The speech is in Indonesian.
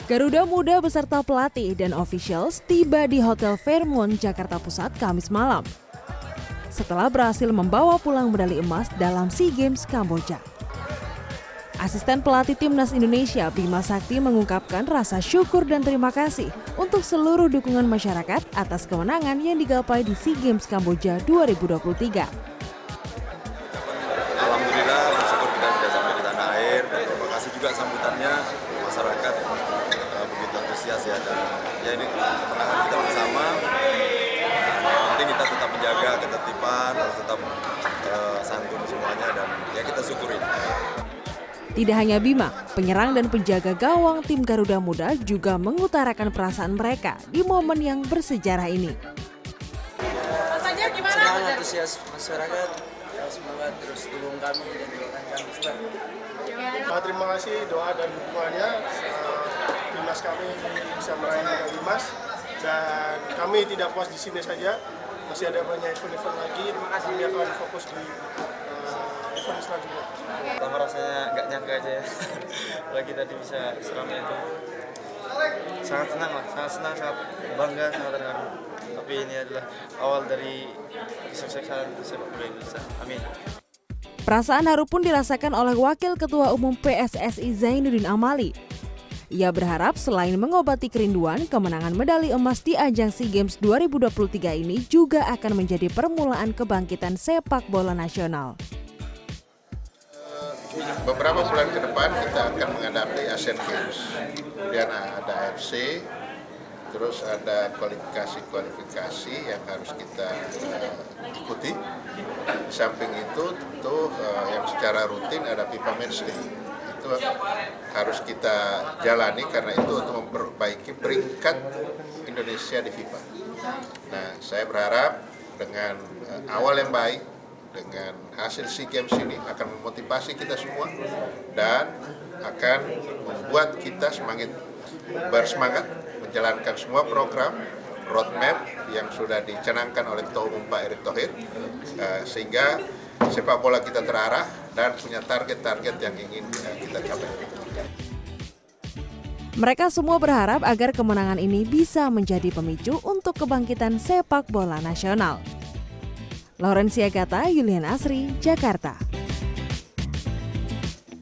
Garuda Muda beserta pelatih dan officials tiba di Hotel Fairmont, Jakarta Pusat, Kamis malam. Setelah berhasil membawa pulang medali emas dalam SEA Games Kamboja. Asisten pelatih Timnas Indonesia, Bima Sakti, mengungkapkan rasa syukur dan terima kasih untuk seluruh dukungan masyarakat atas kemenangan yang digapai di SEA Games Kamboja 2023. Alhamdulillah, bersyukur kita sudah sampai di tanah air dan terima kasih juga sambutannya masyarakat begitu antusias ya, dan ya ini kemenangan kita bersama. Yang penting kita tetap menjaga ketertiban, harus tetap santun semuanya dan ya kita syukurin. Tidak hanya Bima, penyerang dan penjaga gawang tim Garuda Muda juga mengutarakan perasaan mereka di momen yang bersejarah ini. Senang antusias masyarakat, semoga terus dukung kami dan doakan kami juga. Terima kasih doa dan dukungannya, timnas kami bisa meraih medali emas dan kami tidak puas di sini saja, masih ada banyak event-event lagi. Kami akan fokus di event selanjutnya. Pertama rasanya nggak nyangka aja ya, lagi tadi bisa seramai itu. Sangat senang lah, sangat bangga, sangat terharu. Tapi ini adalah awal dari kesuksesan sepak bola Indonesia. Amin. Perasaan haru pun dirasakan oleh Wakil Ketua Umum PSSI Zainuddin Amali. Ia berharap selain mengobati kerinduan, kemenangan medali emas di ajang SEA Games 2023 ini juga akan menjadi permulaan kebangkitan sepak bola nasional. Beberapa bulan ke depan kita akan menghadapi Asian Games, kemudian ada AFC, terus ada kualifikasi yang harus kita ikuti. Di samping itu tentu yang secara rutin ada FIFA Matchday. Itu harus kita jalani karena itu untuk memperbaiki peringkat Indonesia di FIFA. Nah, saya berharap dengan awal yang baik, dengan hasil SEA Games ini akan memotivasi kita semua dan akan membuat kita bersemangat menjalankan semua program roadmap yang sudah dicanangkan oleh Ketua Umum Pak Erick Thohir, sehingga sepak bola kita terarah dan punya target-target yang ingin kita capai. Mereka semua berharap agar kemenangan ini bisa menjadi pemicu untuk kebangkitan sepak bola nasional. Laurencia Gata, Yulian Asri, Jakarta.